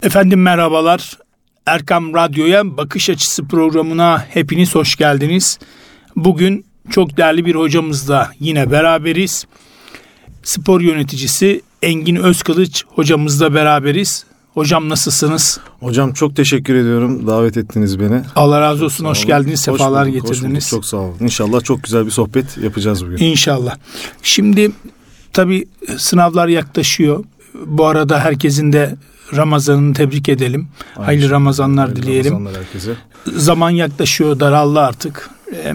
Efendim merhabalar. Erkam Radyo'ya Bakış Açısı programına hepiniz hoş geldiniz. Bugün çok değerli bir hocamızla yine beraberiz. Spor yöneticisi Engin Özkılıç hocamızla beraberiz. Hocam nasılsınız? Hocam çok teşekkür ediyorum. Davet ettiniz beni. Allah razı olsun. Hoş geldiniz. Sefalar getirdiniz. Hoş bulduk. Çok sağ olun. İnşallah çok güzel bir sohbet yapacağız bugün. İnşallah. Şimdi tabii sınavlar yaklaşıyor. Bu arada herkesin de Ramazan'ını tebrik edelim. Hayırlı Ramazanlar dileyelim. Ramazanlar herkese. Zaman yaklaşıyor, daraldı artık.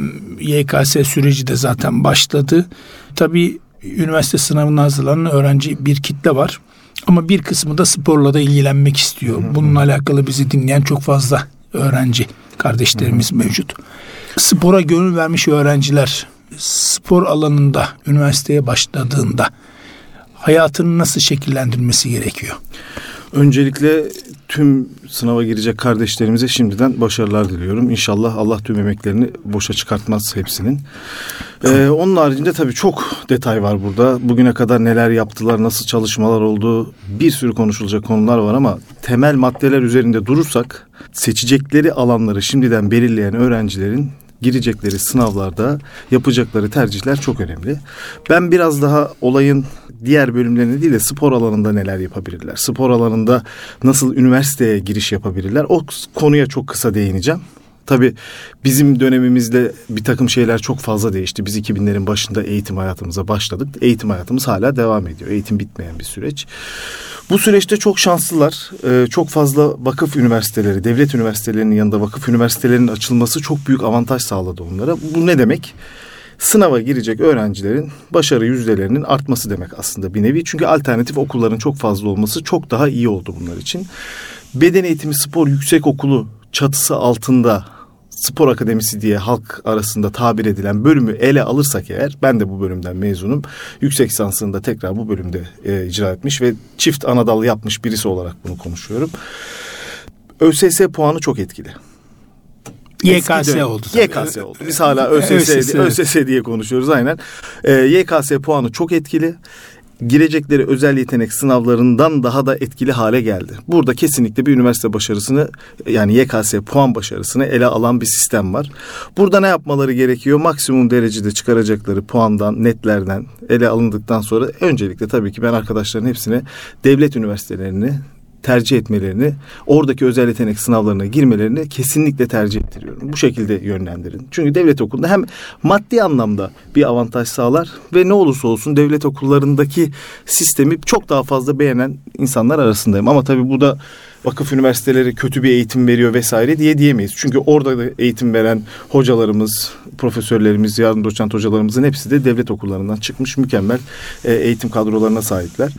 YKS süreci de zaten başladı. Tabii üniversite sınavına hazırlanan öğrenci bir kitle var. Ama bir kısmı da sporla da ilgilenmek istiyor. Bununla alakalı bizi dinleyen çok fazla öğrenci kardeşlerimiz mevcut. Spora gönül vermiş öğrenciler spor alanında üniversiteye başladığında hayatını nasıl şekillendirmesi gerekiyor? Öncelikle tüm sınava girecek kardeşlerimize şimdiden başarılar diliyorum. İnşallah Allah tüm emeklerini boşa çıkartmaz hepsinin. Onun haricinde tabii çok detay var burada. Bugüne kadar neler yaptılar, nasıl çalışmalar oldu, bir sürü konuşulacak konular var ama temel maddeler üzerinde durursak seçecekleri alanları şimdiden belirleyen öğrencilerin girecekleri sınavlarda yapacakları tercihler çok önemli. Ben biraz daha olayın diğer bölümlerine değil de spor alanında neler yapabilirler, spor alanında nasıl üniversiteye giriş yapabilirler, o konuya çok kısa değineceğim. Tabii bizim dönemimizde bir takım şeyler çok fazla değişti. Biz 2000'lerin başında eğitim hayatımıza başladık. Eğitim hayatımız hala devam ediyor. Eğitim bitmeyen bir süreç. Bu süreçte çok şanslılar. Çok fazla vakıf üniversiteleri, devlet üniversitelerinin yanında vakıf üniversitelerinin açılması çok büyük avantaj sağladı onlara. Bu ne demek? Sınava girecek öğrencilerin başarı yüzdelerinin artması demek aslında bir nevi. Çünkü alternatif okulların çok fazla olması çok daha iyi oldu bunlar için. Beden Eğitimi Spor Yüksekokulu çatısı altında spor akademisi diye halk arasında tabir edilen bölümü ele alırsak eğer, ben de bu bölümden mezunum. Yüksek lisansını da tekrar bu bölümde icra etmiş ve çift anadal yapmış birisi olarak bunu konuşuyorum. ÖSS puanı çok etkili. YKS oldu. YKS oldu. Biz hala ÖSS diye konuşuyoruz aynen. YKS puanı çok etkili. Girecekleri özel yetenek sınavlarından daha da etkili hale geldi. Burada kesinlikle bir üniversite başarısını, yani YKS puan başarısını ele alan bir sistem var. Burada ne yapmaları gerekiyor? Maksimum derecede çıkaracakları puandan, netlerden ele alındıktan sonra öncelikle tabii ki ben arkadaşların hepsine devlet üniversitelerini tercih etmelerini, oradaki özel yetenek sınavlarına girmelerini kesinlikle tercih ettiriyorum. Bu şekilde yönlendirin. Çünkü devlet okulunda hem maddi anlamda bir avantaj sağlar ve ne olursa olsun devlet okullarındaki sistemi çok daha fazla beğenen insanlar arasındayım. Ama tabii bu da vakıf üniversiteleri kötü bir eğitim veriyor vesaire diyemeyiz. Çünkü orada da eğitim veren hocalarımız, profesörlerimiz, yardım doçent hocalarımızın hepsi de devlet okullarından çıkmış mükemmel eğitim kadrolarına sahipler.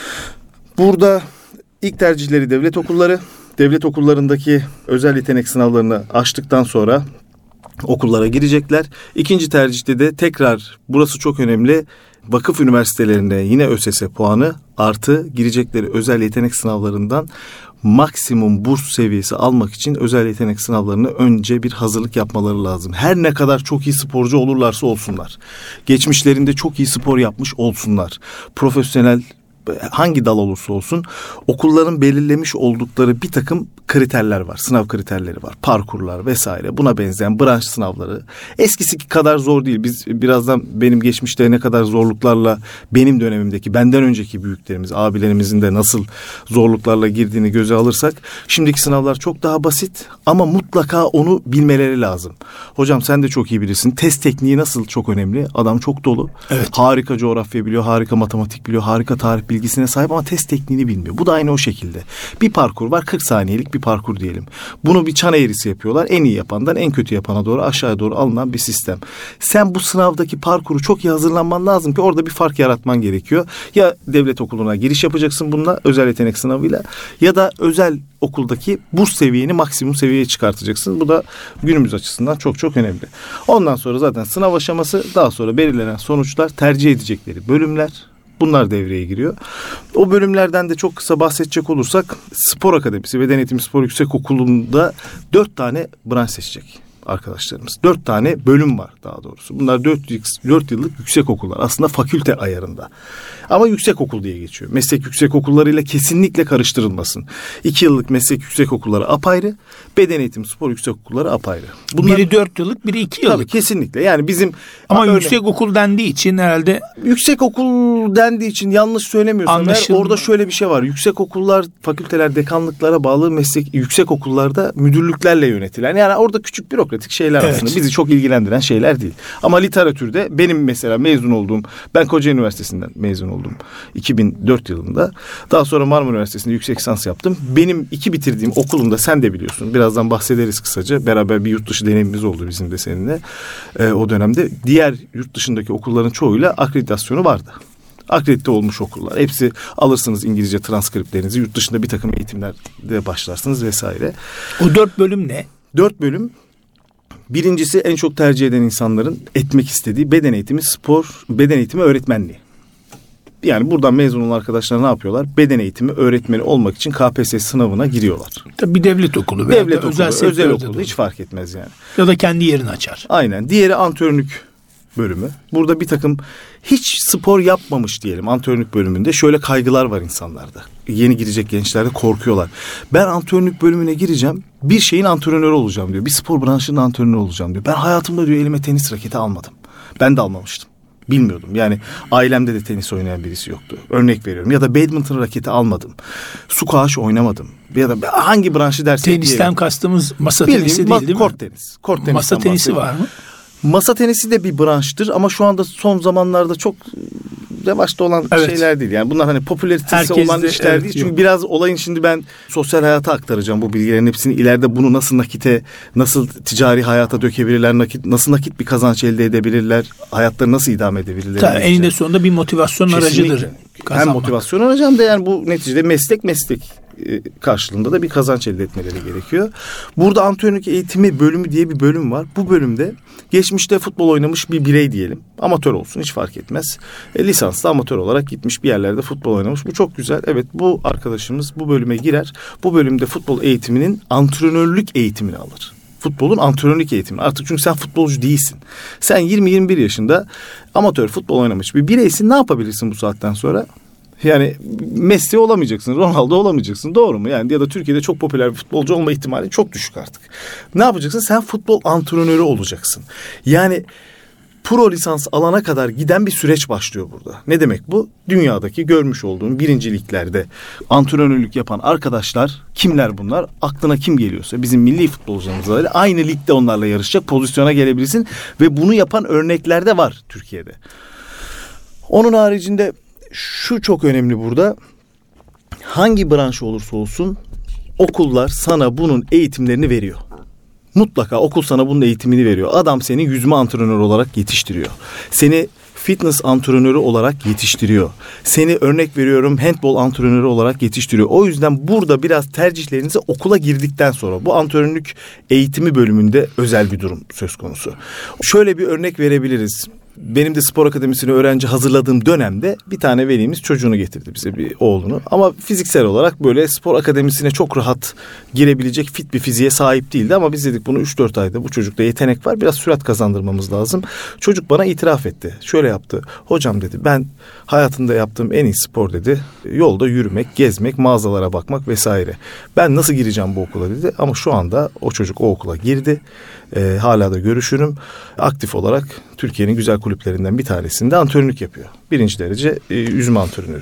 Burada İlk tercihleri devlet okulları. Devlet okullarındaki özel yetenek sınavlarını aştıktan sonra okullara girecekler. İkinci tercihte de tekrar, burası çok önemli, vakıf üniversitelerinde yine ÖSS puanı artı girecekleri özel yetenek sınavlarından maksimum burs seviyesi almak için özel yetenek sınavlarına önce bir hazırlık yapmaları lazım. Her ne kadar çok iyi sporcu olurlarsa olsunlar, geçmişlerinde çok iyi spor yapmış olsunlar, profesyonel hangi dal olursa olsun okulların belirlemiş oldukları bir takım kriterler var. Sınav kriterleri var. Parkurlar vesaire. Buna benzeyen branş sınavları. Eskisi kadar zor değil. Biz birazdan benim geçmişte ne kadar zorluklarla, benim dönemimdeki, benden önceki büyüklerimiz, abilerimizin de nasıl zorluklarla girdiğini göze alırsak, şimdiki sınavlar çok daha basit ama mutlaka onu bilmeleri lazım. Hocam sen de çok iyi bilirsin. Test tekniği nasıl çok önemli. Adam çok dolu. Evet. Harika coğrafya biliyor, harika matematik biliyor, harika tarih bilgisine sahip ama test tekniğini bilmiyor. Bu da aynı o şekilde. Bir parkur var, 40 saniyelik bir parkur diyelim. Bunu bir çan eğrisi yapıyorlar. En iyi yapandan en kötü yapana doğru, aşağıya doğru alınan bir sistem. Sen bu sınavdaki parkuru çok iyi hazırlanman lazım ki orada bir fark yaratman gerekiyor. Ya devlet okuluna giriş yapacaksın bununla, özel yetenek sınavıyla, ya da özel okuldaki burs seviyeni maksimum seviyeye çıkartacaksın. Bu da günümüz açısından çok çok önemli. Ondan sonra zaten sınav aşaması, daha sonra belirlenen sonuçlar, tercih edecekleri bölümler, bunlar devreye giriyor. O bölümlerden de çok kısa bahsedecek olursak, spor akademisi, Beden Eğitimi Spor Yüksekokulu'nda 4 tane branş seçecek. arkadaşlarımız. 4 tane bölüm var daha doğrusu. Bunlar 4 yıllık yüksek okullar. Aslında fakülte ayarında. Ama yüksek okul diye geçiyor. Meslek yüksek okullarıyla kesinlikle karıştırılmasın. 2 yıllık meslek yüksek okulları apayrı. Beden eğitim spor yüksek okulları apayrı. Bunlar, biri 4 yıllık, biri 2 yıllık. Tabii kesinlikle. Yani bizim ama yüksek okul dendiği için herhalde yüksek okul dendiği için yanlış söylemiyorsam orada şöyle bir şey var. Yüksek okullar, fakülteler, dekanlıklara bağlı meslek yüksek okullarda müdürlüklerle yönetilen. Yani orada küçük bürokratik şeyler aslında bizi çok ilgilendiren şeyler değil. Ama literatürde benim mesela mezun olduğum, ben Kocaeli Üniversitesi'nden mezun oldum 2004 yılında. Daha sonra Marmara Üniversitesi'nde yüksek lisans yaptım. Benim 2 bitirdiğim okulumda, sen de biliyorsun, birazdan bahsederiz kısaca. Beraber bir yurt dışı deneyimimiz oldu bizim de seninle. O dönemde diğer yurt dışındaki okulların çoğuyla akreditasyonu vardı. Akredite olmuş okullar. Hepsi alırsınız İngilizce transkriptlerinizi. Yurt dışında bir takım eğitimlerde başlarsınız vesaire. O 4 bölüm ne? 4 bölüm. Birincisi en çok tercih eden insanların etmek istediği beden eğitimi, spor, beden eğitimi öğretmenliği. Yani buradan mezun olan arkadaşlar ne yapıyorlar? Beden eğitimi öğretmeni olmak için KPSS sınavına giriyorlar. Tabii bir devlet okulu. Devlet okulu, özel okulu hiç fark etmez yani. Ya da kendi yerini açar. Aynen. Diğeri antrenörlük bölümü. Burada bir takım hiç spor yapmamış diyelim antrenörlük bölümünde şöyle kaygılar var insanlarda. Yeni girecek gençlerde korkuyorlar. Ben antrenörlük bölümüne gireceğim, bir şeyin antrenörü olacağım diyor. Bir spor branşının antrenörü olacağım diyor. Ben hayatımda diyor elime tenis raketi almadım. Ben de almamıştım. Bilmiyordum. Yani ailemde de tenis oynayan birisi yoktu. Örnek veriyorum. Ya da badminton raketi almadım. Squash oynamadım. Ya da hangi branşı dersek tenisten diyelim. Kastımız masa tenisi değil mi? Kort tenis. Kort tenisi. Masa tenisi var mı? Masa tenisi de bir branştır ama şu anda son zamanlarda çok revaçta olan şeyler değil. Yani bunlar hani popülaritesi olan işler değil. Çünkü biraz olayın şimdi ben sosyal hayata aktaracağım bu bilgilerin hepsini. İleride bunu nasıl nakite, nasıl ticari hayata dökebilirler, nasıl nakit bir kazanç elde edebilirler, hayatları nasıl idame edebilirler. Tabii eninde sonunda bir motivasyon aracıdır. Hem motivasyon aracı hem de yani bu neticede meslek karşılığında da bir kazanç elde etmeleri gerekiyor. Burada antrenörlük eğitimi bölümü diye bir bölüm var. Bu bölümde geçmişte futbol oynamış bir birey diyelim. Amatör olsun hiç fark etmez. Lisanslı amatör olarak gitmiş bir yerlerde futbol oynamış. Bu çok güzel. Evet, bu arkadaşımız bu bölüme girer. Bu bölümde futbol eğitiminin antrenörlük eğitimini alır. Futbolun antrenörlük eğitimi. Artık çünkü sen futbolcu değilsin. Sen 20-21 yaşında amatör futbol oynamış bir bireysin. Ne yapabilirsin bu saatten sonra? Yani Messi olamayacaksın, Ronaldo olamayacaksın. Doğru mu? Yani ya da Türkiye'de çok popüler bir futbolcu olma ihtimali çok düşük artık. Ne yapacaksın? Sen futbol antrenörü olacaksın. Yani pro lisans alana kadar giden bir süreç başlıyor burada. Ne demek bu? Dünyadaki görmüş olduğum birinciliklerde antrenörlük yapan arkadaşlar kimler bunlar? Aklına kim geliyorsa bizim milli futbolcularımızla öyle aynı ligde onlarla yarışacak pozisyona gelebilirsin ve bunu yapan örnekler de var Türkiye'de. Onun haricinde şu çok önemli burada. Hangi branş olursa olsun okullar sana bunun eğitimlerini veriyor. Mutlaka okul sana bunun eğitimini veriyor. Adam seni yüzme antrenörü olarak yetiştiriyor. Seni fitness antrenörü olarak yetiştiriyor. Seni örnek veriyorum handball antrenörü olarak yetiştiriyor. O yüzden burada biraz tercihlerinizi okula girdikten sonra bu antrenörlük eğitimi bölümünde özel bir durum söz konusu. Şöyle bir örnek verebiliriz. Benim de spor akademisine öğrenci hazırladığım dönemde bir tane velimiz çocuğunu getirdi bize, bir oğlunu. Ama fiziksel olarak böyle spor akademisine çok rahat girebilecek fit bir fiziğe sahip değildi. Ama biz dedik bunu 3-4 ayda bu çocukta yetenek var, biraz sürat kazandırmamız lazım. Çocuk bana itiraf etti. Şöyle yaptı. Hocam dedi, ben hayatımda yaptığım en iyi spor dedi yolda yürümek, gezmek, mağazalara bakmak vesaire. Ben nasıl gireceğim bu okula dedi. Ama şu anda o çocuk o okula girdi. Hala da görüşürüm. Aktif olarak Türkiye'nin güzel kulüplerinden bir tanesinde antrenörlük yapıyor. 1. derece yüzme antrenörü.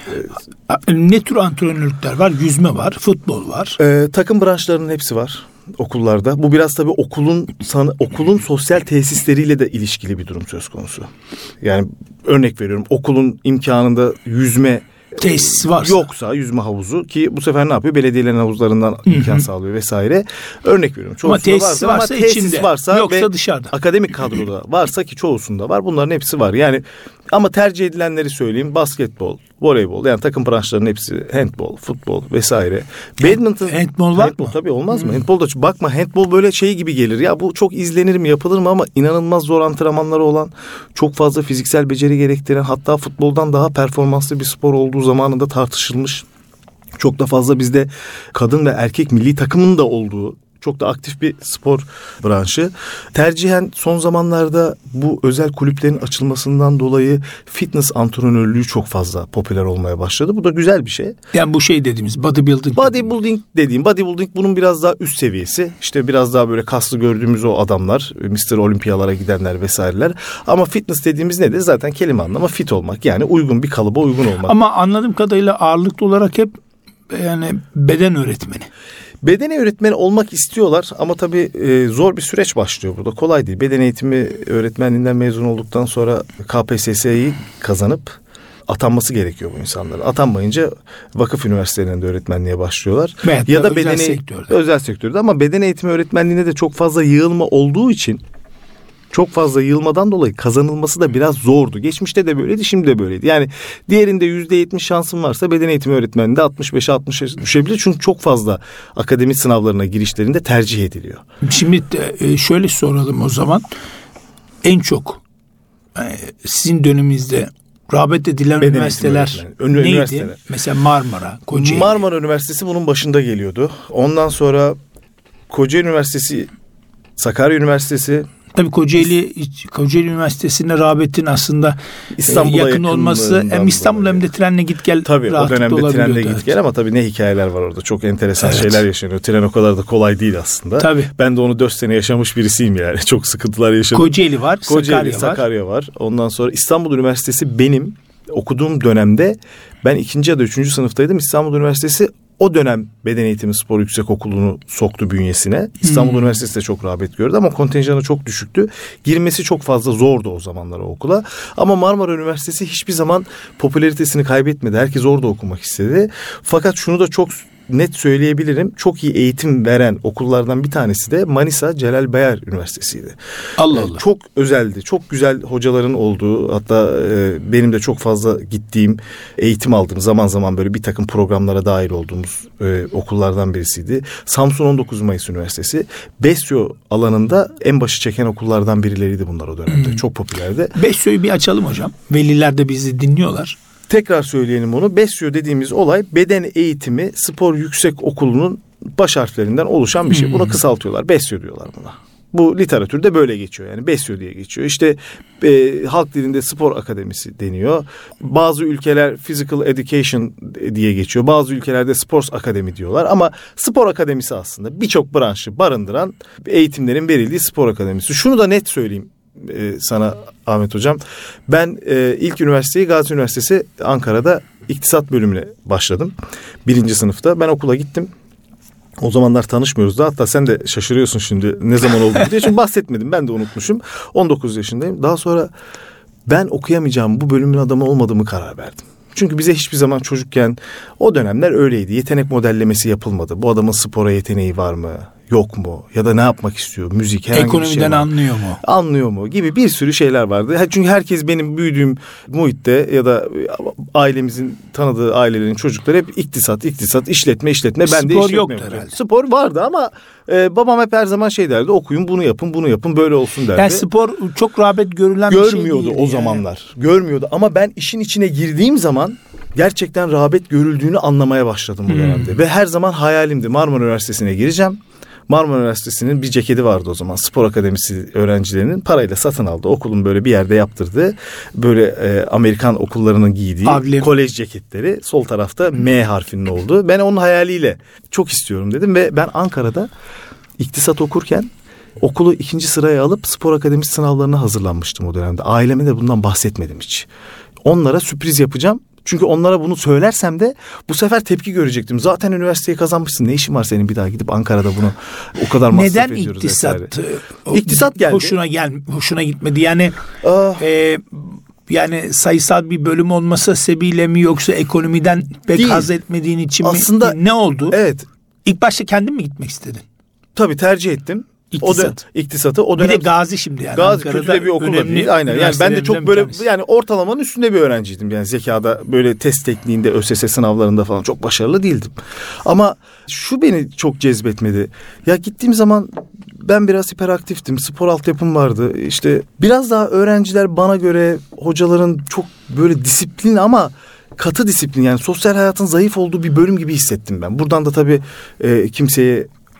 Ne tür antrenörlükler var? Yüzme var, futbol var. Takım branşlarının hepsi var okullarda. Bu biraz tabii okulun sosyal tesisleriyle de ilişkili bir durum söz konusu. Yani örnek veriyorum, okulun imkanında yüzme tesis varsa. Yoksa yüzme havuzu, ki bu sefer ne yapıyor? Belediyelerin havuzlarından imkan sağlıyor vesaire. Örnek veriyorum. Ama tesis varsa içinde. Varsa yoksa dışarıda. Akademik kadroda varsa, ki çoğusunda var. Bunların hepsi var. Yani ama tercih edilenleri söyleyeyim. Basketbol, voleybol, yani takım branşlarının hepsi, handbol, futbol vesaire. Badminton. Handbol var mı? Tabii, olmaz mı? Handbol da bakma, handbol böyle şey gibi gelir. Ya bu çok izlenir mi, yapılır mı, ama inanılmaz zor antrenmanları olan, çok fazla fiziksel beceri gerektiren, hatta futboldan daha performanslı bir spor olduğu zamanında tartışılmış. Çok da fazla bizde kadın ve erkek milli takımın da olduğu Çok da aktif bir spor branşı. Tercihen son zamanlarda bu özel kulüplerin açılmasından dolayı fitness antrenörlüğü çok fazla popüler olmaya başladı. Bu da güzel bir şey. Yani bu şey dediğimiz bodybuilding. Bodybuilding bunun biraz daha üst seviyesi. İşte biraz daha böyle kaslı gördüğümüz o adamlar, Mr. Olimpiyalara gidenler vesaireler. Ama fitness dediğimiz nedir? Zaten kelime anlamı fit olmak. Yani uygun bir kalıba uygun olmak. Ama anladığım kadarıyla ağırlıklı olarak hep yani beden öğretmeni. Beden öğretmeni olmak istiyorlar ama tabii zor bir süreç başlıyor burada. Kolay değil. Beden eğitimi öğretmenliğinden mezun olduktan sonra KPSS'yi kazanıp atanması gerekiyor bu insanların. Atanmayınca vakıf üniversitelerinde öğretmenliğe başlıyorlar. Evet, ya da özel sektörde ama beden eğitimi öğretmenliğine de çok fazla yığılma olduğu için çok fazla yığılmadan dolayı kazanılması da biraz zordu. Geçmişte de böyleydi, şimdi de böyleydi. Yani diğerinde %70 şansın varsa beden eğitimi öğretmeninde 65'e 60'a düşebilir. Çünkü çok fazla akademi sınavlarına girişlerinde tercih ediliyor. Şimdi şöyle soralım o zaman. En çok sizin döneminizde rağbet edilen beden üniversiteler neydi? Üniversiteler. Mesela Marmara, Kocaeli. Marmara Üniversitesi bunun başında geliyordu. Ondan sonra Kocaeli Üniversitesi, Sakarya Üniversitesi. Tabii Kocaeli Üniversitesi'ne rağbetin aslında İstanbul'a yakın olması hem İstanbul hem de trenle git gel tabii o dönemde trenle git gel ama tabii ne hikayeler var orada. Çok enteresan şeyler yaşanıyor. Tren o kadar da kolay değil aslında. Tabii. Ben de onu 4 sene yaşamış birisiyim yani. Çok sıkıntılar yaşadım. Kocaeli var, Sakarya var. Ondan sonra İstanbul Üniversitesi benim okuduğum dönemde ben 2. ya da 3. sınıftaydım. İstanbul Üniversitesi o dönem Beden Eğitimi Spor Yüksekokulu'nu soktu bünyesine. İstanbul Üniversitesi de çok rağbet gördü ama kontenjanı çok düşüktü. Girmesi çok fazla zordu o zamanlar o okula. Ama Marmara Üniversitesi hiçbir zaman popülaritesini kaybetmedi. Herkes orada okumak istedi. Fakat şunu da çok net söyleyebilirim. Çok iyi eğitim veren okullardan bir tanesi de Manisa Celal Bayar Üniversitesi'ydi. Allah Allah. Çok özeldi. Çok güzel hocaların olduğu, hatta benim de çok fazla gittiğim, eğitim aldığım, zaman zaman böyle bir takım programlara dahil olduğumuz okullardan birisiydi. Samsun 19 Mayıs Üniversitesi. BESYO alanında en başı çeken okullardan birileriydi bunlar o dönemde. Çok popülerdi. BESYO'yu bir açalım hocam. Veliler de bizi dinliyorlar. Tekrar söyleyelim onu. BESYO dediğimiz olay Beden Eğitimi Spor Yüksekokulu'nun baş harflerinden oluşan bir şey. Buna kısaltıyorlar. BESYO diyorlar buna. Bu literatürde böyle geçiyor. Yani BESYO diye geçiyor. İşte halk dilinde spor akademisi deniyor. Bazı ülkeler physical education diye geçiyor. Bazı ülkelerde sports akademi diyorlar. Ama spor akademisi aslında birçok branşı barındıran eğitimlerin verildiği spor akademisi. Şunu da net söyleyeyim sana Ahmet Hocam. Ben ilk üniversiteyi Gazi Üniversitesi Ankara'da iktisat bölümüne başladım. 1. sınıfta. Ben okula gittim. O zamanlar tanışmıyoruz da, hatta sen de şaşırıyorsun şimdi ne zaman oldu diye. Çünkü bahsetmedim, ben de unutmuşum. 19 yaşındayım. Daha sonra ben okuyamayacağım, bu bölümün adamı olmadığımı karar verdim. Çünkü bize hiçbir zaman çocukken o dönemler öyleydi. Yetenek modellemesi yapılmadı. Bu adamın spora yeteneği var mı? Yok mu? Ya da ne yapmak istiyor? Müzik, herhangi ekonomiden bir şey var. Anlıyor mu? Gibi bir sürü şeyler vardı. Çünkü herkes benim büyüdüğüm muhitte ya da ailemizin tanıdığı ailelerin çocukları hep iktisat, işletme. Ben spor de işletme yoktu herhalde. Spor vardı ama babam hep her zaman şey derdi. Okuyun, bunu yapın, böyle olsun derdi. Yani spor çok rağbet görülen bir şey değil. Görmüyordu o zamanlar. Görmüyordu ama ben işin içine girdiğim zaman gerçekten rağbet görüldüğünü anlamaya başladım bu dönemde. Ve her zaman hayalimdi. Marmara Üniversitesi'ne gireceğim. Marmara Üniversitesi'nin bir ceketi vardı o zaman. Spor akademisi öğrencilerinin parayla satın aldı. Okulun böyle bir yerde yaptırdığı, böyle Amerikan okullarının giydiği kolej ceketleri. Sol tarafta M harfinin olduğu. Ben onun hayaliyle çok istiyorum dedim ve ben Ankara'da iktisat okurken okulu 2. sıraya alıp spor akademisi sınavlarına hazırlanmıştım o dönemde. Aileme de bundan bahsetmedim hiç. Onlara sürpriz yapacağım. Çünkü onlara bunu söylersem de bu sefer tepki görecektim. Zaten üniversiteyi kazanmışsın. Ne işin var senin bir daha gidip Ankara'da bunu o kadar masraf ediyoruz. Neden İktisat geldi. Hoşuna gitmedi. Yani yani sayısal bir bölüm olması sebebiyle mi, yoksa ekonomiden pek haz etmediğin için aslında, mi? Ne oldu? Evet. İlk başta kendin mi gitmek istedin? Tabii tercih ettim. İktisatı o dönem. Bir de Gazi şimdi yani. Gazi kötü de bir okul da değil. Aynen. Yani ben de çok böyle yani ortalamanın üstünde bir öğrenciydim. Yani zekada, böyle test tekniğinde, ÖSS sınavlarında falan çok başarılı değildim. Ama şu beni çok cezbetmedi. Ya gittiğim zaman ben biraz hiperaktiftim. Spor altyapım vardı. İşte biraz daha öğrenciler bana göre, hocaların çok böyle disiplin ama katı disiplin, yani sosyal hayatın zayıf olduğu bir bölüm gibi hissettim ben. Buradan da tabii kimseye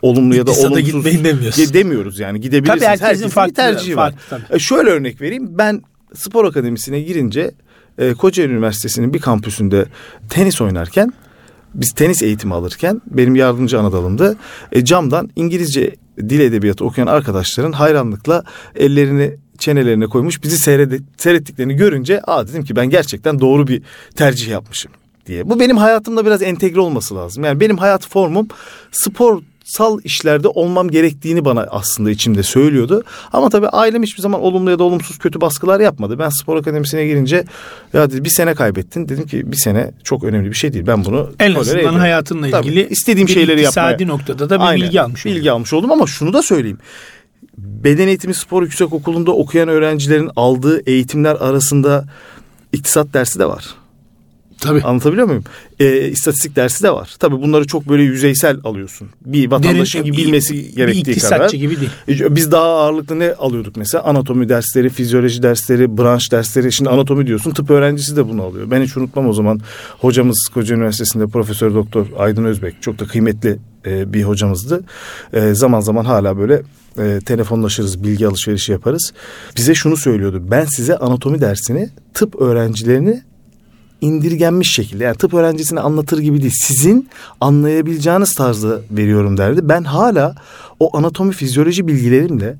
olumlu ya da İktisada olumsuz gitmeyin demiyoruz. Demiyoruz yani, gidebilirsiniz. Tabii herkesin bir tercihi var. Şöyle örnek vereyim. Ben spor akademisine girince Kocaeli Üniversitesi'nin bir kampüsünde tenis oynarken, biz tenis eğitimi alırken benim yardımcı ana dalımda camdan İngilizce dil edebiyatı okuyan arkadaşların hayranlıkla ellerini çenelerine koymuş bizi seyrettiklerini görünce dedim ki ben gerçekten doğru bir tercih yapmışım diye. Bu benim hayatımda biraz entegre olması lazım. Yani benim hayat formum sporsal işlerde olmam gerektiğini bana aslında içimde söylüyordu. Ama tabii ailem hiçbir zaman olumlu ya da olumsuz kötü baskılar yapmadı. Ben spor akademisine girince ya dedi bir sene kaybettin. Dedim ki bir sene çok önemli bir şey değil. Ben bunu en azından hayatınla ilgili istediğim şeyleri yapmaya. İktisadi noktada da bir bilgi almış oldum ama şunu da söyleyeyim. Beden Eğitimi Spor Yüksekokulu'nda okuyan öğrencilerin aldığı eğitimler arasında iktisat dersi de var. Tabii. Anlatabiliyor muyum? İstatistik dersi de var. Tabii bunları çok böyle yüzeysel alıyorsun. Bir vatandaşın gibi bilmesi gerektiği kadar. Bir iktisatçı gibi değil. Biz daha ağırlıklı ne alıyorduk mesela? Anatomi dersleri, fizyoloji dersleri, branş dersleri. Şimdi anatomi diyorsun, tıp öğrencisi de bunu alıyor. Ben hiç unutmam o zaman hocamız Kocaeli Üniversitesi'nde Profesör Doktor Aydın Özbek. Çok da kıymetli bir hocamızdı. Zaman zaman hala böyle telefonlaşırız, bilgi alışverişi yaparız. Bize şunu söylüyordu. Ben size anatomi dersini tıp öğrencilerini indirgenmiş şekilde, yani tıp öğrencisine anlatır gibi değil, sizin anlayabileceğiniz tarzda veriyorum derdi. Ben hala o anatomi fizyoloji bilgilerimle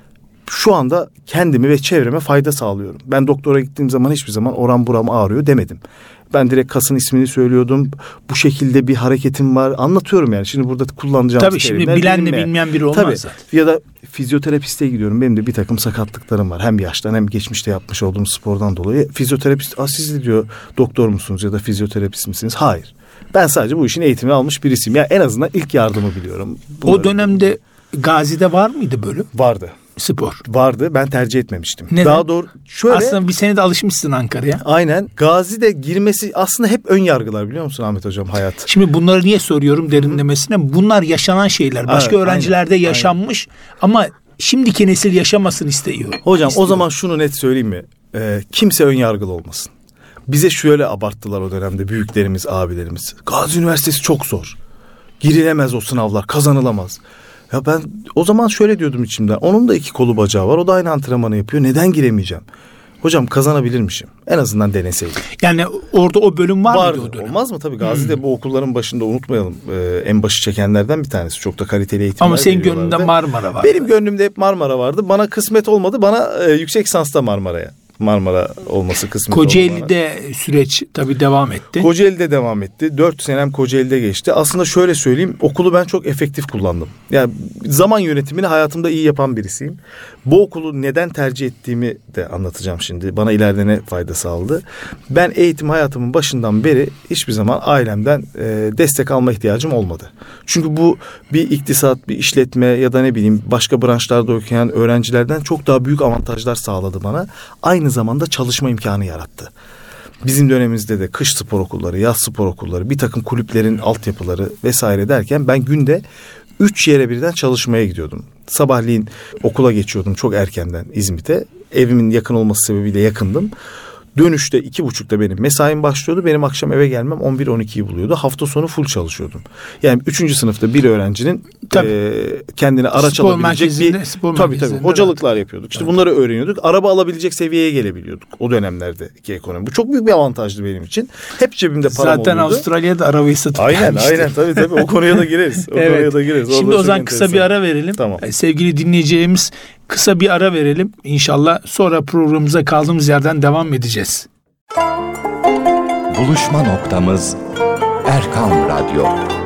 şu anda kendimi ve çevreme fayda sağlıyorum. Ben doktora gittiğim zaman hiçbir zaman oram buram ağrıyor demedim. Ben direkt kasın ismini söylüyordum. Bu şekilde bir hareketim var. Anlatıyorum yani. Şimdi burada kullanacağım tabii şimdi bilenle bilmeyen biri olmaz zaten. Ya da fizyoterapiste gidiyorum. Benim de bir takım sakatlıklarım var. Hem yaştan hem geçmişte yapmış olduğum spordan dolayı. Fizyoterapist, siz de diyor doktor musunuz ya da fizyoterapist misiniz? Hayır. Ben sadece bu işin eğitimini almış birisiyim. Yani en azından ilk yardımı biliyorum. O dönemde Gazi'de var mıydı bölüm? Vardı. Spor. Vardı. Ben tercih etmemiştim. Neden? Daha doğru şöyle. Aslında bir sene de alışmışsın Ankara'ya. Aynen. Gazi'de girmesi aslında hep ön yargılar, biliyor musun Ahmet Hocam, hayat. Şimdi bunları niye soruyorum derinlemesine? Bunlar yaşanan şeyler. Başka öğrencilerde yaşanmış ama şimdiki nesil yaşamasını istiyor. Hocam o zaman şunu net söyleyeyim mi? Kimse ön yargılı olmasın. Bize şöyle abarttılar o dönemde büyüklerimiz, abilerimiz. Gazi Üniversitesi çok zor. Girilemez o sınavlar, kazanılamaz. Ya ben o zaman şöyle diyordum içimden. Onun da 2 kolu bacağı var. O da aynı antrenmanı yapıyor. Neden giremeyeceğim? Hocam kazanabilirmişim. En azından deneseydim. Yani orada o bölüm var mıydı o dönem? Olmaz mı? Tabii Gazi'de bu okulların başında unutmayalım. En başı çekenlerden bir tanesi. Çok da kaliteli eğitimler ama senin gönlünde Marmara var. Benim gönlümde hep Marmara vardı. Bana kısmet olmadı. Bana yüksek lisansta Marmara olması kısmet oldu. Kocaeli'de süreç tabii devam etti. Kocaeli'de devam etti. 4 senem Kocaeli'de geçti. Aslında şöyle söyleyeyim, okulu ben çok efektif kullandım. Yani zaman yönetimini hayatımda iyi yapan birisiyim. Bu okulu neden tercih ettiğimi de anlatacağım şimdi. Bana ileride ne fayda sağladı. Ben eğitim hayatımın başından beri hiçbir zaman ailemden destek alma ihtiyacım olmadı. Çünkü bu bir iktisat, bir işletme ya da ne bileyim başka branşlarda okuyan öğrencilerden çok daha büyük avantajlar sağladı bana. Aynı zamanda çalışma imkanı yarattı. Bizim dönemimizde de kış spor okulları, yaz spor okulları, bir takım kulüplerin altyapıları vesaire derken ben günde 3 yere birden çalışmaya gidiyordum. Sabahleyin okula geçiyordum çok erkenden İzmit'e. Evimin yakın olması sebebiyle yakındım. Dönüşte 2.30'da benim mesaim başlıyordu. Benim akşam eve gelmem 11-12'yi buluyordu. Hafta sonu full çalışıyordum. Yani 3. sınıfta bir öğrencinin kendine araç alabilecek bir tabii hocalıklar yapıyorduk. İşte bunları öğreniyorduk. Araba alabilecek seviyeye gelebiliyorduk o dönemlerdeki ekonomi. Bu çok büyük bir avantajdı benim için. Hep cebimde param zaten oluyordu. Avustralya'da arabayı satıp aynen tabii o konuya da gireriz. Şimdi o zaman kısa bir ara verelim. Tamam. Sevgili dinleyeceğimiz, kısa bir ara verelim. İnşallah sonra programımıza kaldığımız yerden devam edeceğiz. Buluşma noktamız Erkam Radyo.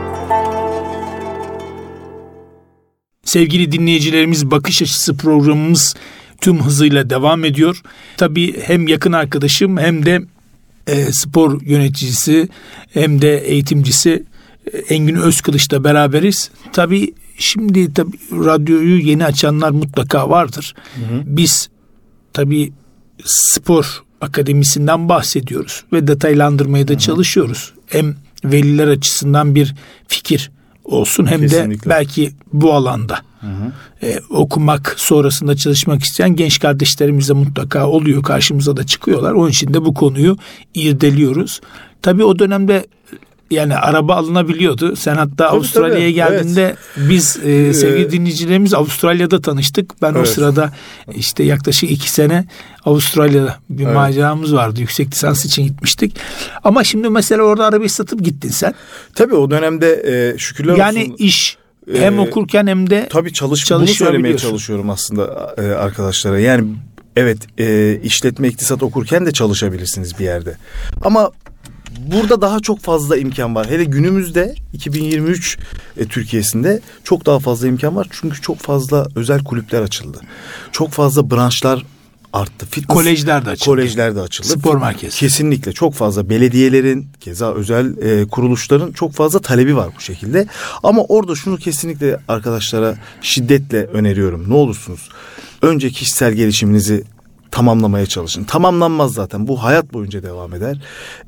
Sevgili dinleyicilerimiz, Bakış Açısı programımız tüm hızıyla devam ediyor. Tabii hem yakın arkadaşım hem de spor yöneticisi hem de eğitimcisi Engin Özkılıç'la beraberiz. Tabii şimdi radyoyu yeni açanlar mutlaka vardır. Biz tabii spor akademisinden bahsediyoruz ve detaylandırmaya da çalışıyoruz. Hem veliler açısından bir fikir olsun hem kesinlikle. De belki bu alanda okumak, sonrasında çalışmak isteyen genç kardeşlerimiz de mutlaka oluyor, karşımıza da çıkıyorlar. Onun için de bu konuyu irdeliyoruz. Tabii o dönemde yani araba alınabiliyordu. Sen hatta Avustralya'ya geldiğinde biz sevgili dinleyicilerimiz Avustralya'da tanıştık. Ben o sırada işte yaklaşık 2 sene Avustralya'da bir maceramız vardı. Yüksek lisans için gitmiştik. Ama şimdi mesela orada arabayı satıp gittin sen. Tabii o dönemde şükürler olsun. Yani iş hem okurken hem de tabii bunu söylemeye çalışıyorum aslında arkadaşlara. Yani evet, işletme iktisat okurken de çalışabilirsiniz bir yerde. Ama burada daha çok fazla imkan var. Hele günümüzde 2023 Türkiye'sinde çok daha fazla imkan var. Çünkü çok fazla özel kulüpler açıldı. Çok fazla branşlar arttı. Kolejler de açıldı. Spor merkezi. Kesinlikle çok fazla belediyelerin, keza özel kuruluşların çok fazla talebi var bu şekilde. Ama orada şunu kesinlikle arkadaşlara şiddetle öneriyorum. Ne olursunuz önce kişisel gelişiminizi tamamlamaya çalışın. Tamamlanmaz zaten. Bu hayat boyunca devam eder.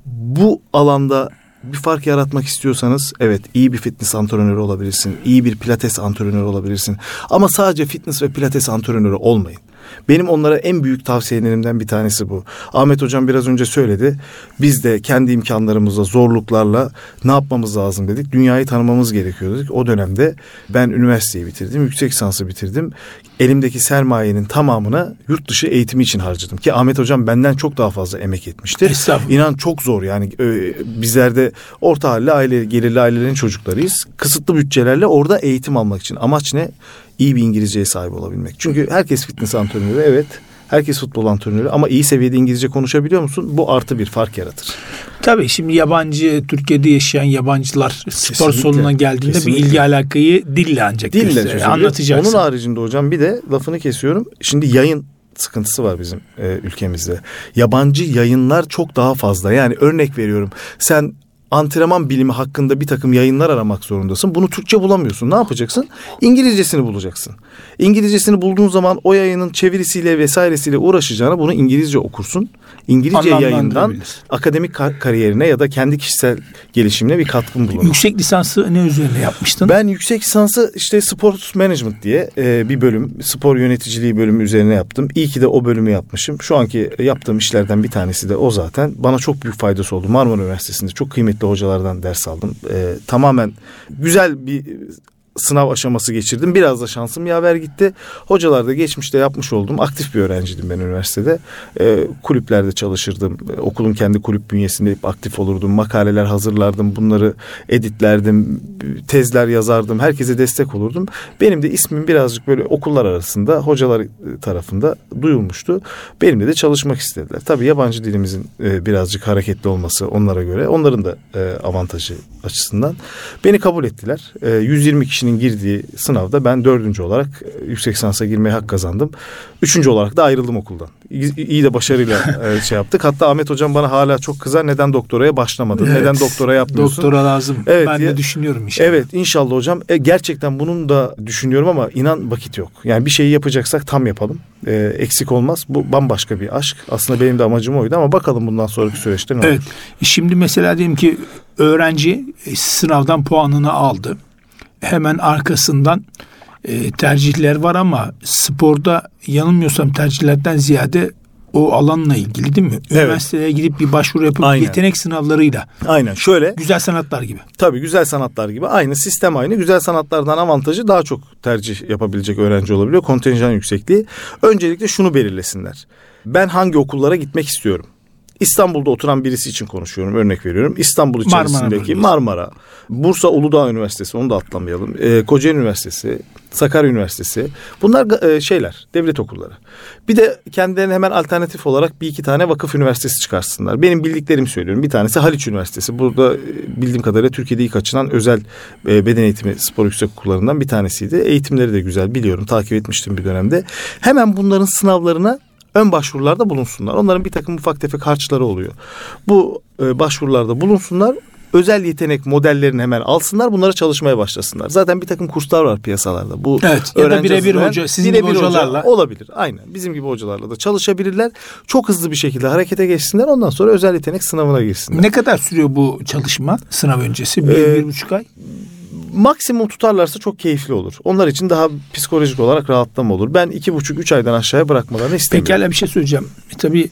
Bu alanda bir fark yaratmak istiyorsanız evet, iyi bir fitness antrenörü olabilirsin. İyi bir pilates antrenörü olabilirsin. Ama sadece fitness ve pilates antrenörü olmayın. Benim onlara en büyük tavsiyelerimden bir tanesi bu. Ahmet Hocam biraz önce söyledi. Biz de kendi imkanlarımızla, zorluklarla ne yapmamız lazım dedik. Dünyayı tanımamız gerekiyor dedik. O dönemde ben üniversiteyi bitirdim. Yüksek lisansı bitirdim. Elimdeki sermayenin tamamını yurt dışı eğitimi için harcadım. Ki Ahmet Hocam benden çok daha fazla emek etmişti. İnan çok zor yani. Bizler de orta halli gelirli ailelerin çocuklarıyız. Kısıtlı bütçelerle orada eğitim almak için. Amaç ne? İyi bir İngilizceye sahip olabilmek. Çünkü herkes fitness antrenörü, evet. Herkes futbol antrenörü ama iyi seviyede İngilizce konuşabiliyor musun? Bu artı bir fark yaratır. Tabii şimdi Türkiye'de yaşayan yabancılar spor salonuna geldiğinde bir ilgi alakayı dille ancak anlatacaksın. Onun haricinde hocam bir de lafını kesiyorum. Şimdi yayın sıkıntısı var bizim ülkemizde. Yabancı yayınlar çok daha fazla. Yani örnek veriyorum. Sen antrenman bilimi hakkında bir takım yayınlar aramak zorundasın. Bunu Türkçe bulamıyorsun. Ne yapacaksın? İngilizcesini bulacaksın. İngilizcesini bulduğun zaman o yayının çevirisiyle vesairesiyle uğraşacağına bunu İngilizce okursun. İngilizce yayından akademik kariyerine ya da kendi kişisel gelişimine bir katkın bulunur. Yüksek lisansı ne üzerine yapmıştın? Ben yüksek lisansı işte Sport Management diye bir bölüm, spor yöneticiliği bölümü üzerine yaptım. İyi ki de o bölümü yapmışım. Şu anki yaptığım işlerden bir tanesi de o zaten. Bana çok büyük faydası oldu. Marmara Üniversitesi'nde çok kıymetli hocalardan ders aldım. Tamamen güzel bir sınav aşaması geçirdim. Biraz da şansım yaver gitti. Hocalar da geçmişte yapmış olduğum aktif bir öğrenciydim ben üniversitede. Kulüplerde çalışırdım. Okulun kendi kulüp bünyesinde aktif olurdum. Makaleler hazırlardım. Bunları editlerdim. Tezler yazardım. Herkese destek olurdum. Benim de ismim birazcık böyle okullar arasında hocalar tarafında duyulmuştu. Benimle de çalışmak istediler. Tabii yabancı dilimizin birazcık hareketli olması onlara göre. Onların da avantajı açısından. Beni kabul ettiler. 120 kişinin girdiği sınavda ben 4. olarak yüksek lisansa girmeye hak kazandım. 3. olarak da ayrıldım okuldan. İyi de başarıyla yaptık. Hatta Ahmet Hocam bana hala çok kızar. Neden doktoraya başlamadın? Evet. Neden doktora yapmıyorsun? Doktora lazım. Evet, ben de düşünüyorum inşallah. Evet inşallah hocam. Gerçekten bunun da düşünüyorum ama inan vakit yok. Yani bir şeyi yapacaksak tam yapalım. Eksik olmaz. Bu bambaşka bir aşk. Aslında benim de amacım oydu ama bakalım bundan sonraki süreçte ne olur. Evet. Şimdi mesela diyelim ki öğrenci sınavdan puanını aldı. Hemen arkasından tercihler var ama sporda yanılmıyorsam tercihlerden ziyade o alanla ilgili değil mi? Evet. Üniversiteye gidip bir başvuru yapıp yetenek sınavlarıyla. Aynen şöyle. Güzel sanatlar gibi. Tabii güzel sanatlar gibi. Aynı sistem aynı. Güzel sanatlardan avantajı daha çok tercih yapabilecek öğrenci olabiliyor. Kontenjan yüksekliği. Öncelikle şunu belirlesinler. Ben hangi okullara gitmek istiyorum? İstanbul'da oturan birisi için konuşuyorum. Örnek veriyorum. İstanbul içerisindeki Marmara, Bursa Uludağ Üniversitesi, onu da atlamayalım. Kocaeli Üniversitesi, Sakarya Üniversitesi. Bunlar devlet okulları. Bir de kendilerine hemen alternatif olarak bir iki tane vakıf üniversitesi çıkarsınlar. Benim bildiklerimi söylüyorum. Bir tanesi Haliç Üniversitesi. Burada bildiğim kadarıyla Türkiye'de ilk açılan özel beden eğitimi spor yüksek okullarından bir tanesiydi. Eğitimleri de güzel biliyorum. Takip etmiştim bir dönemde. Hemen bunların sınavlarına ön başvurularda bulunsunlar. Onların bir takım ufak tefek harçları oluyor. Bu başvurularda bulunsunlar. Özel yetenek modellerini hemen alsınlar. Bunlara çalışmaya başlasınlar. Zaten bir takım kurslar var piyasalarda. Bu ya da birebir hoca, sizin gibi hocalarla. Olabilir. Aynen. Bizim gibi hocalarla da çalışabilirler. Çok hızlı bir şekilde harekete geçsinler. Ondan sonra özel yetenek sınavına girsinler. Ne kadar sürüyor bu çalışma sınav öncesi? 1,5 ay? Maksimum tutarlarsa çok keyifli olur. Onlar için daha psikolojik olarak rahatlama olur. Ben 2,5-3 aydan aşağıya bırakmalarını istemiyorum. Pekala bir şey söyleyeceğim. Tabii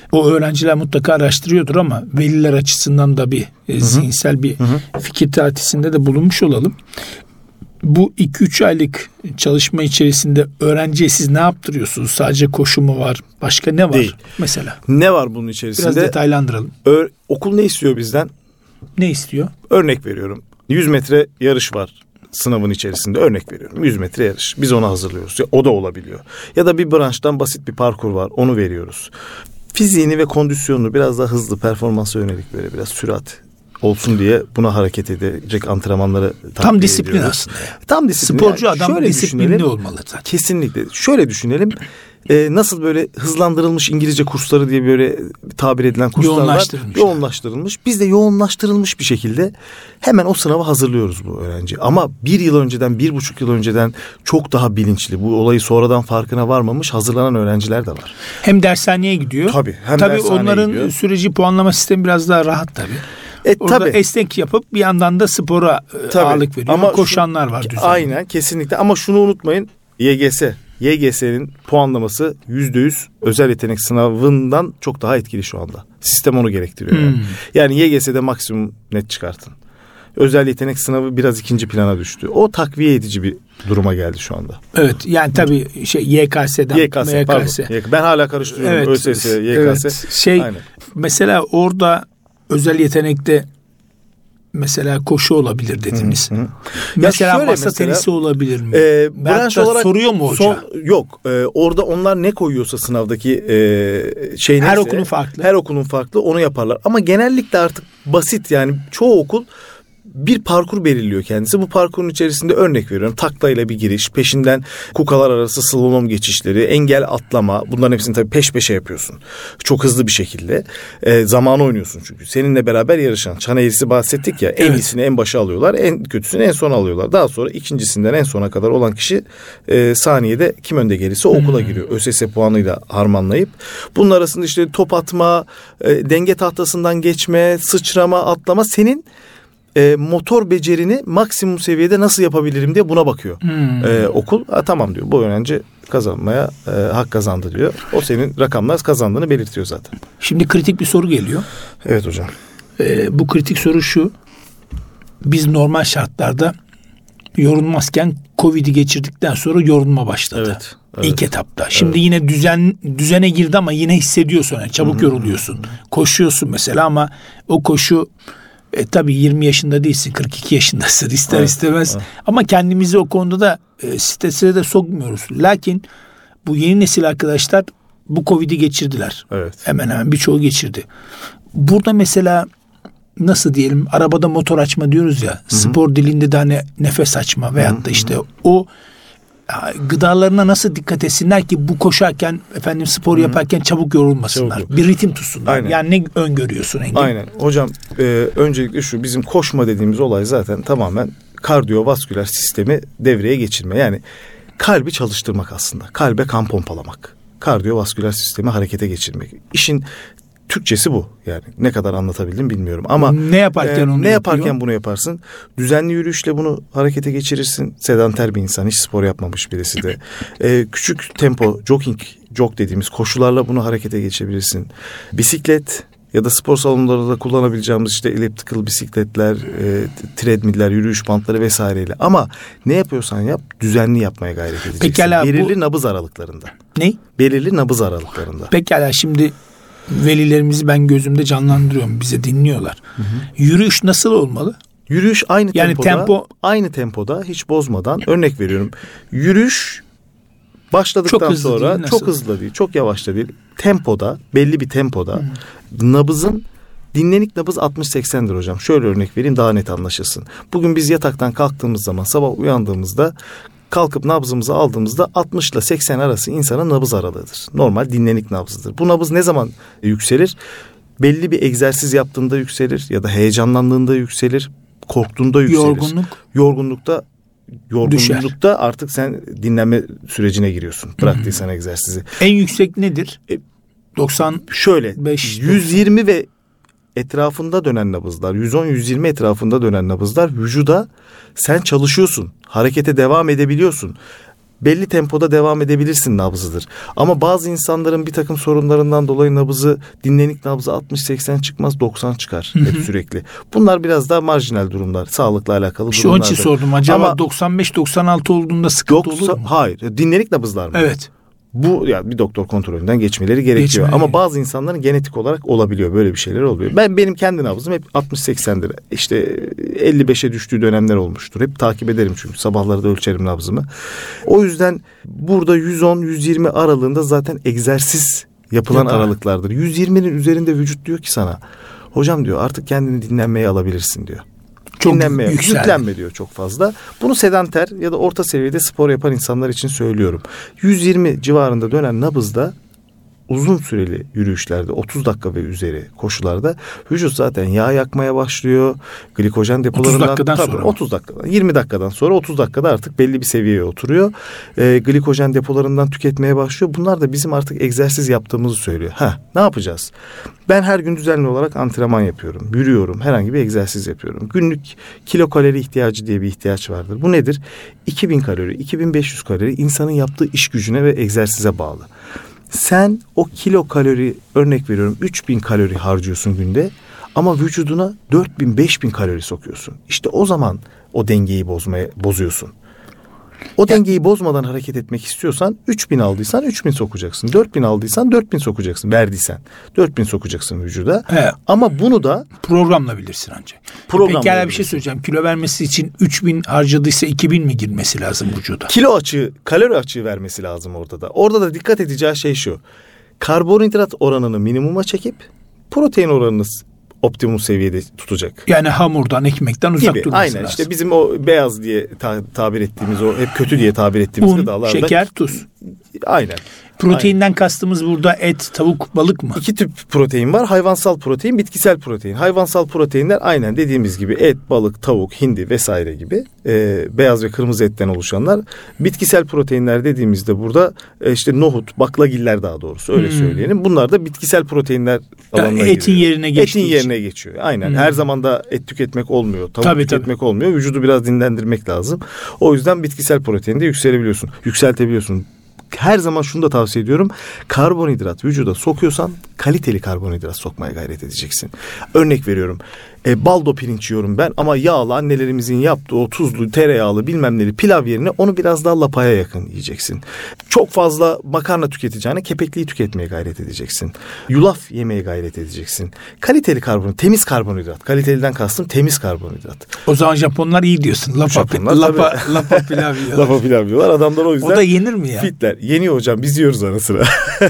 O öğrenciler mutlaka araştırıyordur ama veliler açısından da bir zihinsel bir fikir tatisinde de bulunmuş olalım. Bu 2-3 aylık çalışma içerisinde öğrenciye siz ne yaptırıyorsunuz? Sadece koşu mu var? Başka ne var? Değil. Mesela. Ne var bunun içerisinde? Biraz detaylandıralım. Okul ne istiyor bizden? Ne istiyor? Örnek veriyorum. 100 metre yarış var sınavın içerisinde. Örnek veriyorum. 100 metre yarış. Biz onu hazırlıyoruz. O da olabiliyor. Ya da bir branştan basit bir parkur var. Onu veriyoruz. Fiziğini ve kondisyonunu biraz daha hızlı, performansa yönelik böyle biraz sürat olsun diye buna hareket edecek antrenmanları tam disiplin ediyoruz. Aslında. Yani. Tam disiplin. Sporcu yani adam disiplinli olmalı zaten. Kesinlikle. Şöyle düşünelim. Nasıl böyle hızlandırılmış İngilizce kursları diye böyle tabir edilen kurslar var. Yoğunlaştırılmış. Biz de yoğunlaştırılmış bir şekilde hemen o sınava hazırlıyoruz bu öğrenci. Ama 1 yıl önceden, 1,5 yıl önceden çok daha bilinçli, bu olayı sonradan farkına varmamış hazırlanan öğrenciler de var. Hem dershaneye gidiyor. Tabii. Tabii onların gidiyor. Süreci, puanlama sistemi biraz daha rahat tabii. Orada tabii. Esnek yapıp bir yandan da spora ağırlık veriyor. Ama koşanlar var düzenli. Aynen, kesinlikle. Ama şunu unutmayın. YGS'nin puanlaması %100 özel yetenek sınavından çok daha etkili şu anda. Sistem onu gerektiriyor. Yani YGS'de maksimum net çıkartın. Özel yetenek sınavı biraz ikinci plana düştü. O takviye edici bir duruma geldi şu anda. Evet, yani tabii YKS'den. YKS. Ben hala karıştırıyorum. Evet, ÖSS, YKS. Evet, aynen. Mesela orada özel yetenekte mesela koşu olabilir dediniz. Mesela masa tenisi olabilir mi? Branş olarak soruyor mu hoca? Yok. Orada onlar ne koyuyorsa sınavdaki şey neyse. Her okulun farklı. Her okulun farklı, onu yaparlar. Ama genellikle artık basit, yani çoğu okul bir parkur belirliyor kendisi. Bu parkurun içerisinde örnek veriyorum. Taklayla bir giriş, peşinden kukalar arası slalom geçişleri, engel atlama. Bunların hepsini tabii peş peşe yapıyorsun. Çok hızlı bir şekilde. Zamanı oynuyorsun çünkü. Seninle beraber yarışan. Çan eğrisi bahsettik ya. En iyisini en başa alıyorlar. En kötüsünü en sona alıyorlar. Daha sonra ikincisinden en sona kadar olan kişi saniyede kim önde gelirse okula giriyor. ÖSS puanıyla harmanlayıp. Bunun arasında işte top atma, denge tahtasından geçme, sıçrama, atlama, senin motor becerini maksimum seviyede nasıl yapabilirim diye buna bakıyor okul. Tamam diyor, bu öğrenci kazanmaya hak kazandı diyor. O senin rakamlar kazandığını belirtiyor zaten. Şimdi kritik bir soru geliyor. Evet hocam. Bu kritik soru şu: biz normal şartlarda yorulmazken Covid'i geçirdikten sonra yorulma başladı. Evet. İlk etapta. Şimdi yine düzene girdi ama yine hissediyorsun. Yani çabuk yoruluyorsun. Koşuyorsun mesela ama o koşu tabii 20 yaşında değilsin, 42 yaşındasın ister istemez. Evet. Ama kendimizi o konuda da strese de sokmuyoruz. Lakin bu yeni nesil arkadaşlar bu Covid'i geçirdiler. Evet. Hemen birçoğu geçirdi. Burada mesela nasıl diyelim, arabada motor açma diyoruz ya, spor dilinde de hani nefes açma veyahut da işte o gıdalarına nasıl dikkat etsinler ki bu koşarken, spor yaparken çabuk yorulmasınlar. Bir ritim tutsunlar. Aynen. Yani ne öngörüyorsun Engin? Aynen. Hocam öncelikle şu, bizim koşma dediğimiz olay zaten tamamen kardiyovasküler sistemi devreye geçirme. Yani kalbi çalıştırmak aslında. Kalbe kan pompalamak. Kardiyovasküler sistemi harekete geçirmek. İşin Türkçesi bu. Yani ne kadar anlatabildim bilmiyorum ama ne yaparken bunu yaparsın. Düzenli yürüyüşle bunu harekete geçirirsin. Sedanter bir insan, hiç spor yapmamış birisi de. Küçük tempo jog dediğimiz koşularla bunu harekete geçirebilirsin. Bisiklet ya da spor salonlarında kullanabileceğimiz işte elliptical bisikletler, treadmiller, yürüyüş bantları vesaireyle. Ama ne yapıyorsan yap, düzenli yapmaya gayret edeceksin. Pekala, belirli nabız aralıklarında. Ne? Belirli nabız aralıklarında. Pekala, şimdi velilerimizi ben gözümde canlandırıyorum. Bize dinliyorlar. Yürüyüş nasıl olmalı? Yürüyüş aynı aynı tempoda hiç bozmadan, örnek veriyorum. Yürüyüş başladıktan sonra çok hızlı değil, çok yavaş da değil. Tempoda, belli bir tempoda nabızın, dinlenik nabız 60-80'dir hocam. Şöyle örnek vereyim daha net anlaşılsın. Bugün biz yataktan kalktığımız zaman, sabah uyandığımızda, kalkıp nabzımızı aldığımızda 60 ile 80 arası insanın nabız aralığıdır. Normal dinlenik nabzıdır. Bu nabız ne zaman yükselir? Belli bir egzersiz yaptığında yükselir ya da heyecanlandığında yükselir, korktuğunda yükselir. Yorgunlukta artık sen dinlenme sürecine giriyorsun. Bıraktıysan egzersizi. En yüksek nedir? 90 şöyle 120 ve etrafında dönen nabızlar, 110-120 etrafında dönen nabızlar vücuda sen çalışıyorsun, harekete devam edebiliyorsun. belli tempoda devam edebilirsin nabzıdır. Ama bazı insanların bir takım sorunlarından dolayı nabzı, dinlenik nabzı 60-80 çıkmaz, 90 çıkar hep sürekli. Bunlar biraz daha marjinal durumlar, sağlıkla alakalı İşte durumlar. onun için sordum. Acaba 95-96 olduğunda sıkıntı olur mu? Hayır. Dinlenik nabızlar mı? Evet. Bu yani bir doktor kontrolünden geçmeleri gerekiyor. Ama bazı insanların genetik olarak olabiliyor. Böyle bir şeyler oluyor. Benim kendi nabzım hep 60-80'dir. İşte 55'e düştüğü dönemler olmuştur. Hep takip ederim çünkü sabahları da ölçerim nabzımı. O yüzden burada 110-120 aralığında zaten egzersiz yapılan aralıklardır. 120'nin üzerinde vücut diyor ki sana, hocam diyor, artık kendini dinlenmeye alabilirsin diyor. Çok dinlenmeye, yüklenme diyor çok fazla. Bunu sedanter ya da orta seviyede spor yapan insanlar için söylüyorum. 120 civarında dönen nabızda uzun süreli yürüyüşlerde 30 dakika ve üzeri koşularda vücut zaten yağ yakmaya başlıyor. Glikojen depolarından 30 dakikadan sonra 30 dakikadan 20 dakikadan sonra 30 dakikada artık belli bir seviyeye oturuyor. Glikojen depolarından tüketmeye başlıyor. Bunlar da bizim artık egzersiz yaptığımızı söylüyor. Ne yapacağız? Ben her gün düzenli olarak antrenman yapıyorum. Yürüyorum. Herhangi bir egzersiz yapıyorum. Günlük kilokalori ihtiyacı diye bir ihtiyaç vardır. Bu nedir? 2000 kalori, 2500 kalori insanın yaptığı iş gücüne ve egzersize bağlı. Sen o kilokalori, örnek veriyorum 3000 kalori harcıyorsun günde ama vücuduna 4000-5000 kalori sokuyorsun. İşte o zaman o dengeyi bozuyorsun. O dengeyi bozmadan hareket etmek istiyorsan 3000 aldıysan 3000 sokacaksın. 4000 aldıysan 4000 sokacaksın. Verdiysen 4000 sokacaksın vücuda. He. Ama bunu da programla bilirsin ancak. Peki bir şey söyleyeceğim. Kilo vermesi için 3000 harcadıysa 2000 mi girmesi lazım vücuda? Kalori açığı vermesi lazım orada da. Orada da dikkat edeceği şey şu. Karbonhidrat oranını minimuma çekip protein oranını optimum seviyede tutacak. Yani hamurdan, ekmekten uzak durması lazım. Aynen, işte bizim o beyaz diye tabir ettiğimiz, o hep kötü diye tabir ettiğimiz gıdalarda. Şeker, tuz. Aynen. Proteinden kastımız burada et, tavuk, balık mı? 2 tip protein var. Hayvansal protein, bitkisel protein. Hayvansal proteinler aynen dediğimiz gibi et, balık, tavuk, hindi vesaire gibi beyaz ve kırmızı etten oluşanlar. Bitkisel proteinler dediğimizde burada işte nohut, baklagiller daha doğrusu öyle söyleyelim. Bunlar da bitkisel proteinler alanına giriyor. Etin yerine geçtiği için. Yerine geçiyor. Aynen. Her zaman da et tüketmek olmuyor. Tavuk tüketmek olmuyor. Vücudu biraz dinlendirmek lazım. O yüzden bitkisel proteinde yükseltebiliyorsun. Her zaman şunu da tavsiye ediyorum. Karbonhidrat vücuda sokuyorsan kaliteli karbonhidrat sokmaya gayret edeceksin. Örnek veriyorum. Baldo pirinç yiyorum ben ama yağlı, annelerimizin yaptığı o tuzlu, tereyağlı bilmem neli pilav yerine onu biraz daha lapaya yakın yiyeceksin. Çok fazla makarna tüketeceğine kepekliği tüketmeye gayret edeceksin. Yulaf yemeye gayret edeceksin. Kaliteli karbonhidrat, temiz karbonhidrat. Kaliteliden kastım temiz karbonhidrat. O zaman Japonlar iyi diyorsun. Lapa pilav yiyorlar. Lapa pilav yiyorlar. Adamlar o yüzden. O da yenir mi ya? Fitler. Yeniyor hocam. Biz yiyoruz ara sıra.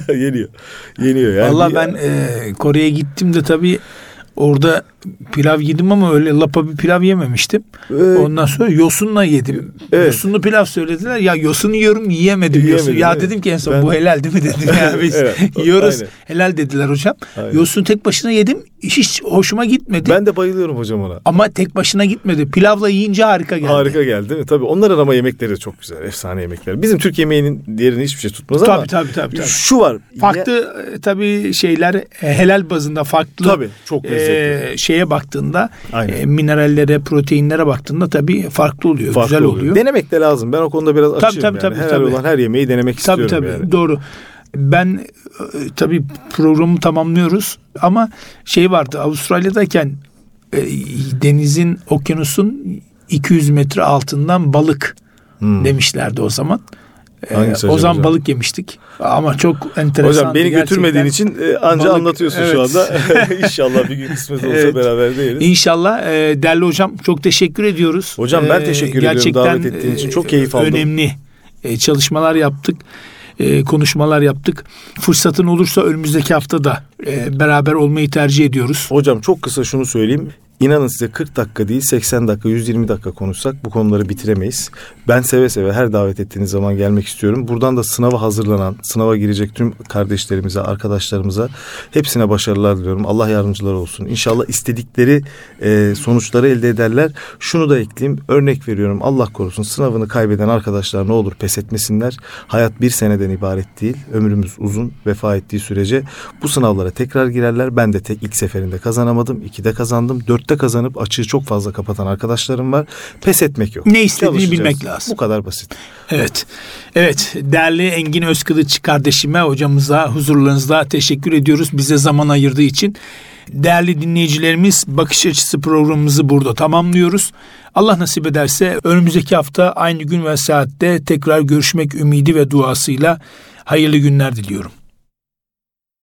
Yeniyor yani. Vallahi ben Kore'ye gittim de tabii orada pilav yedim ama öyle lapa bir pilav yememiştim. Ondan sonra yosunla yedim. Evet. Yosunlu pilav söylediler. Ya yosun yiyorum, yiyemedim yosun. Ya dedim ki en son bu helal değil mi dedim ya biz yiyoruz. Aynen. Helal dediler hocam. Aynen. Yosun tek başına yedim. Hiç hoşuma gitmedi. Ben de bayılıyorum hocam ona. Ama tek başına gitmedi. Pilavla yiyince harika geldi. Harika geldi değil mi? Tabii onların ama yemekleri de çok güzel. Efsane yemekler. Bizim Türk yemeğinin diğerini hiçbir şey tutmaz ama. Tabii. Şu var. Farklı tabii şeyler helal bazında farklı. Tabii çok lezzetli. Şeye baktığında minerallere, proteinlere baktığında tabii farklı oluyor. Güzel oluyor. Denemek de lazım. Ben o konuda biraz açığım yani. Helal olan her yemeği denemek istiyorum yani. Doğru. Ben tabii programı tamamlıyoruz ama vardı Avustralya'dayken denizin, okyanusun 200 metre altından balık demişlerdi o zaman. O zaman balık yemiştik. Ama çok enteresan. Hocam beni götürmediğin için anca anlatıyorsun şu anda. İnşallah bir gün kısmet olsa beraber değiliz. İnşallah. Değerli hocam çok teşekkür ediyoruz. Hocam ben teşekkür ediyorum davet ettiğin için. Çok keyif aldım. Önemli çalışmalar yaptık. Konuşmalar yaptık. Fırsatın olursa önümüzdeki hafta da beraber olmayı tercih ediyoruz. Hocam çok kısa şunu söyleyeyim. İnanın size 40 dakika değil 80 dakika 120 dakika konuşsak bu konuları bitiremeyiz. Ben seve seve her davet ettiğiniz zaman gelmek istiyorum. Buradan da sınava hazırlanan, sınava girecek tüm kardeşlerimize, arkadaşlarımıza hepsine başarılar diliyorum. Allah yardımcıları olsun. İnşallah istedikleri sonuçları elde ederler. Şunu da ekleyeyim. Örnek veriyorum. Allah korusun sınavını kaybeden arkadaşlar ne olur pes etmesinler. Hayat bir seneden ibaret değil. Ömrümüz uzun. Vefa ettiği sürece bu sınavlara tekrar girerler. Ben de ilk seferinde kazanamadım. 2'de kazandım. 4 tereddütte kazanıp açığı çok fazla kapatan arkadaşlarım var. Pes etmek yok. Ne istediğini bilmek lazım. Bu kadar basit. Evet. Evet, değerli Engin Özkılıç kardeşime, hocamıza huzurlarınızda teşekkür ediyoruz bize zaman ayırdığı için. Değerli dinleyicilerimiz, Bakış Açısı programımızı burada tamamlıyoruz. Allah nasip ederse önümüzdeki hafta aynı gün ve saatte tekrar görüşmek ümidi ve duasıyla hayırlı günler diliyorum.